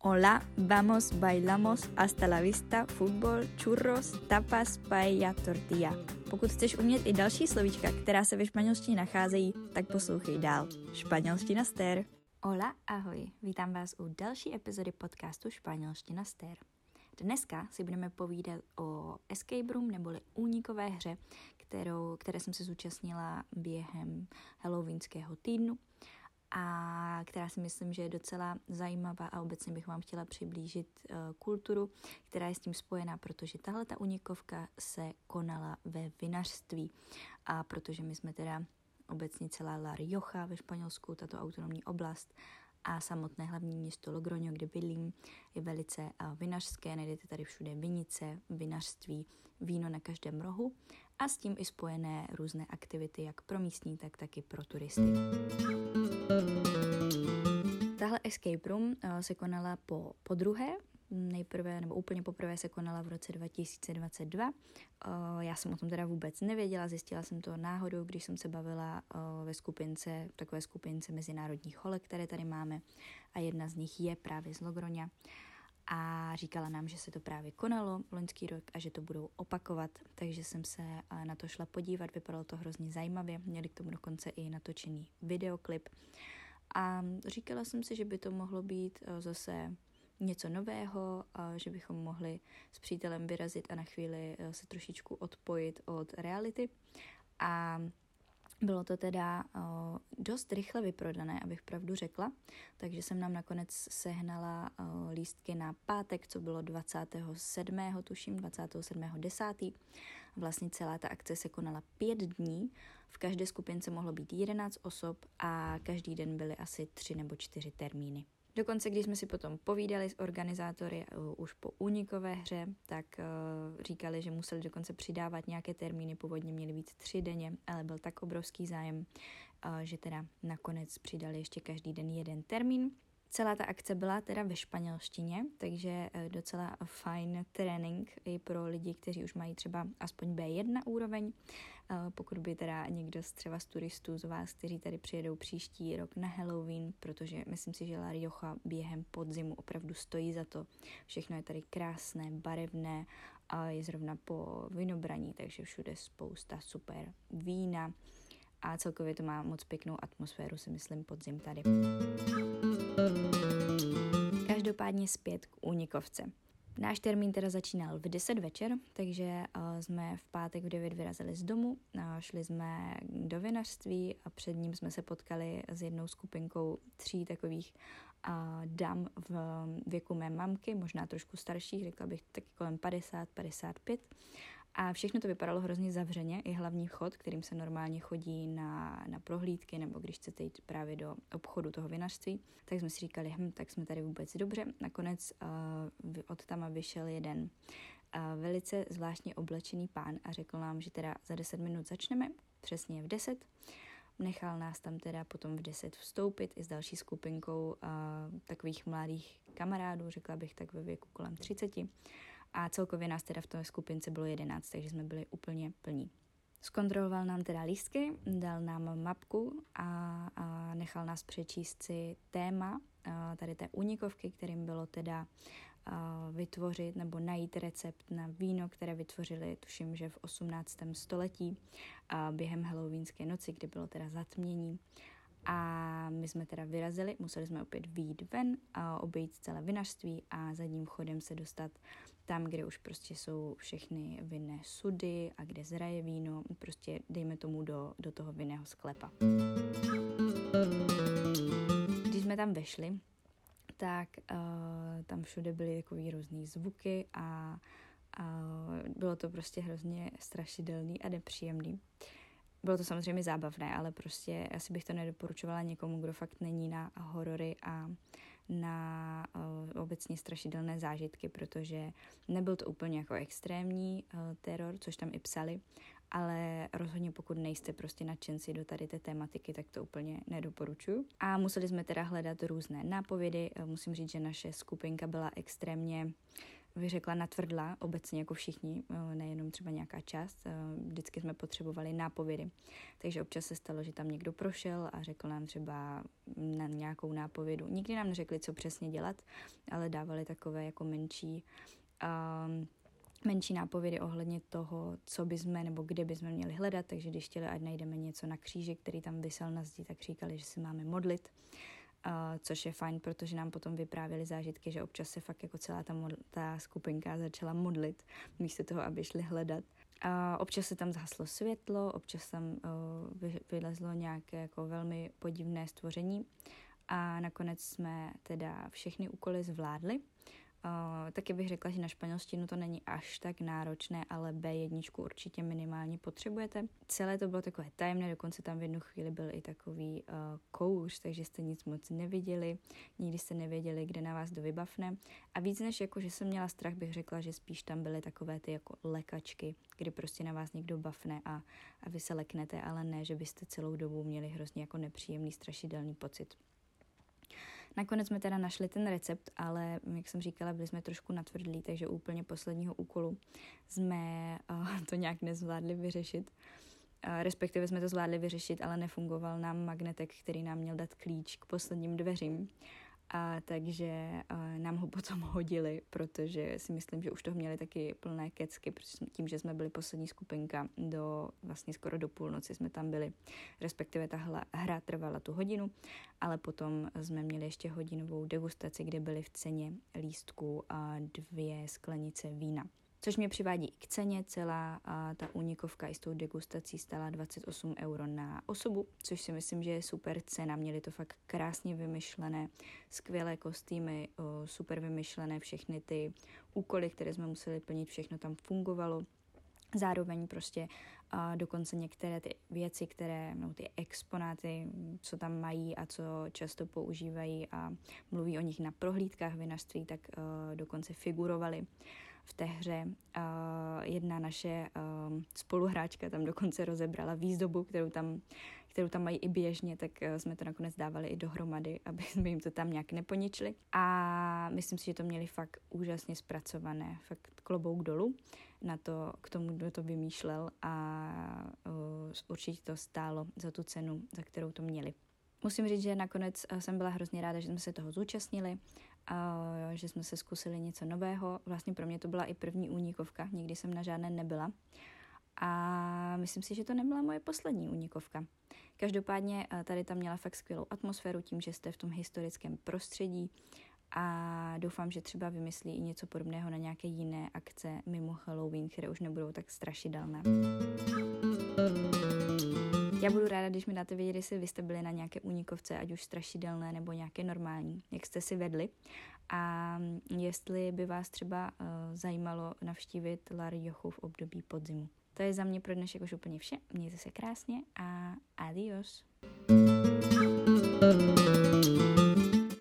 Hola, vamos, bailamos, hasta la vista, fútbol, churros, tapas, paella, tortilla. Pokud chceš umět i další slovíčka, která se ve španělštině nacházejí, tak poslouchej dál. Španělština stér. Hola, ahoj, vítám vás u další epizody podcastu Španělština stér. Dneska si budeme povídat o escape room neboli únikové hře, které jsem se zúčastnila během halloweenského týdnu a která si myslím, že je docela zajímavá a obecně bych vám chtěla přiblížit kulturu, která je s tím spojená, protože tahle ta unikovka se konala ve vinařství a protože my jsme teda obecně celá La Rioja ve Španělsku, tato autonomní oblast a samotné hlavní město Logroño, kde bydlím, je velice vinařské, najdete tady všude vinice, vinařství, víno na každém rohu a s tím i spojené různé aktivity, jak pro místní, tak taky pro turisty. Tahle escape room se konala po druhé, nejprve nebo úplně poprvé se konala v roce 2022. Já jsem o tom teda vůbec nevěděla, zjistila jsem to náhodou, když jsem se bavila takové skupince mezinárodních holek, které tady máme a jedna z nich je právě z Logroňa. A říkala nám, že se to právě konalo loňský rok a že to budou opakovat, takže jsem se na to šla podívat, vypadalo to hrozně zajímavě, měli k tomu dokonce i natočený videoklip a říkala jsem si, že by to mohlo být zase něco nového, že bychom mohli s přítelem vyrazit a na chvíli se trošičku odpojit od reality a bylo to teda dost rychle vyprodané, abych pravdu řekla, takže jsem nám nakonec sehnala lístky na pátek, co bylo 27.10. Vlastně celá ta akce se konala 5 dní, v každé skupince mohlo být 11 osob a každý den byly asi 3 nebo 4 termíny. Dokonce, když jsme si potom povídali s organizátory už po únikové hře, tak říkali, že museli dokonce přidávat nějaké termíny, původně měly být 3 denně, ale byl tak obrovský zájem, že teda nakonec přidali ještě každý den 1 termín. Celá ta akce byla teda ve španělštině, takže docela fajn trénink i pro lidi, kteří už mají třeba aspoň B1 úroveň. Pokud by teda někdo třeba z turistů z vás, kteří tady přijedou příští rok na Halloween, protože myslím si, že La Rioja během podzimu opravdu stojí za to. Všechno je tady krásné, barevné a je zrovna po vinobraní, takže všude spousta super vína a celkově to má moc pěknou atmosféru, si myslím, podzim tady. Každopádně zpět k únikovce. Náš termín teda začínal v 10 večer, takže jsme v pátek v 9 vyrazili z domu, šli jsme do vinařství a před ním jsme se potkali s jednou skupinkou 3 takových dam v věku mé mamky, možná trošku starších, řekla bych taky kolem 50-55. A všechno to vypadalo hrozně zavřeně, i hlavní vchod, kterým se normálně chodí na prohlídky, nebo když chcete jít právě do obchodu toho vinařství, tak jsme si říkali, tak jsme tady vůbec dobře. Nakonec od tam vyšel jeden velice zvláštně oblečený pán a řekl nám, že teda za 10 minut začneme, přesně v 10. Nechal nás tam teda potom v 10 vstoupit i s další skupinkou takových mladých kamarádů, řekla bych tak ve věku kolem 30. A celkově nás teda v té skupince bylo 11, takže jsme byli úplně plní. Zkontroloval nám teda lístky, dal nám mapku a nechal nás přečíst si téma tady té únikovky, kterým bylo teda vytvořit nebo najít recept na víno, které vytvořili, tuším, že v 18. století během halloweenské noci, kdy bylo teda zatmění. A my jsme teda vyrazili, museli jsme opět vyjít ven a obejít celé vinařství a zadním vchodem se dostat tam, kde už prostě jsou všechny vinné sudy a kde zraje víno, prostě dejme tomu do toho vinného sklepa. Když jsme tam vešli, tak tam všude byly takový různý zvuky a bylo to prostě hrozně strašidelný a nepříjemný. Bylo to samozřejmě zábavné, ale prostě asi bych to nedoporučovala někomu, kdo fakt není na horory a na obecně strašidelné zážitky, protože nebyl to úplně jako extrémní teror, což tam i psali, ale rozhodně pokud nejste prostě nadšenci do tady té tematiky, tak to úplně nedoporučuju. A museli jsme teda hledat různé nápovědy. Musím říct, že naše skupinka byla extrémně bych řekla, natvrdla obecně jako všichni, nejenom třeba nějaká část. Vždycky jsme potřebovali nápovědy. Takže občas se stalo, že tam někdo prošel a řekl nám třeba na nějakou nápovědu. Nikdy nám neřekli, co přesně dělat, ale dávali takové jako menší nápovědy ohledně toho, co bychom nebo kde bychom měli hledat, takže když chtěli, ať najdeme něco na kříži, který tam visel na zdi, tak říkali, že se máme modlit, což je fajn, protože nám potom vyprávěli zážitky, že občas se fakt jako celá ta skupinka začala modlit, místo toho, aby šli hledat. Občas se tam zhaslo světlo, občas tam vylezlo nějaké jako velmi podivné stvoření a nakonec jsme teda všechny úkoly zvládli. Taky bych řekla, že na španělštinu to není až tak náročné, ale B1 určitě minimálně potřebujete. Celé to bylo takové tajemné, dokonce tam v jednu chvíli byl i takový kouř, takže jste nic moc neviděli, nikdy jste nevěděli, kde na vás kdo vybavne. A víc než jako, že jsem měla strach, bych řekla, že spíš tam byly takové ty jako lekačky, kdy prostě na vás někdo bafne a vy se leknete, ale ne, že byste celou dobu měli hrozně jako nepříjemný, strašidelný pocit. Nakonec jsme teda našli ten recept, ale jak jsem říkala, byli jsme trošku natvrdlí, takže u úplně posledního úkolu jsme to nějak nezvládli vyřešit. Respektive jsme to zvládli vyřešit, ale nefungoval nám magnetek, který nám měl dát klíč k posledním dveřím. Takže nám ho potom hodili, protože si myslím, že už toho měli taky plné kecky, tím, že jsme byli poslední skupinka vlastně skoro do půlnoci jsme tam byli, respektive ta hra trvala tu hodinu, ale potom jsme měli ještě hodinovou degustaci, kde byly v ceně lístků a 2 sklenice vína. Což mě přivádí i k ceně, celá ta únikovka i s tou degustací stála 28 € na osobu, což si myslím, že je super cena. Měli to fakt krásně vymyšlené, skvělé kostýmy, super vymyšlené všechny ty úkoly, které jsme museli plnit, všechno tam fungovalo. Zároveň prostě dokonce některé ty věci, ty exponáty, co tam mají a co často používají a mluví o nich na prohlídkách vinařství, tak dokonce figurovaly v té hře. Jedna naše spoluhráčka tam dokonce rozebrala výzdobu, kterou tam mají i běžně, tak jsme to nakonec dávali i dohromady, aby jsme jim to tam nějak neponičili. A myslím si, že to měli fakt úžasně zpracované, fakt klobouk dolů k tomu, kdo to vymýšlel a určitě to stálo za tu cenu, za kterou to měli. Musím říct, že nakonec jsem byla hrozně ráda, že jsme se toho zúčastnili, že jsme se zkusili něco nového. Vlastně pro mě to byla i první únikovka, nikdy jsem na žádné nebyla. A myslím si, že to nebyla moje poslední únikovka. Každopádně tady tam měla fakt skvělou atmosféru tím, že jste v tom historickém prostředí a doufám, že třeba vymyslí i něco podobného na nějaké jiné akce mimo Halloween, které už nebudou tak strašidelné. Já budu ráda, když mi dáte vědět, jestli vy jste byli na nějaké únikovce, ať už strašidelné nebo nějaké normální, jak jste si vedli a jestli by vás třeba zajímalo navštívit La Riochu v období podzimu. To je za mě pro dnešek už úplně vše. Mějte se krásně a adios.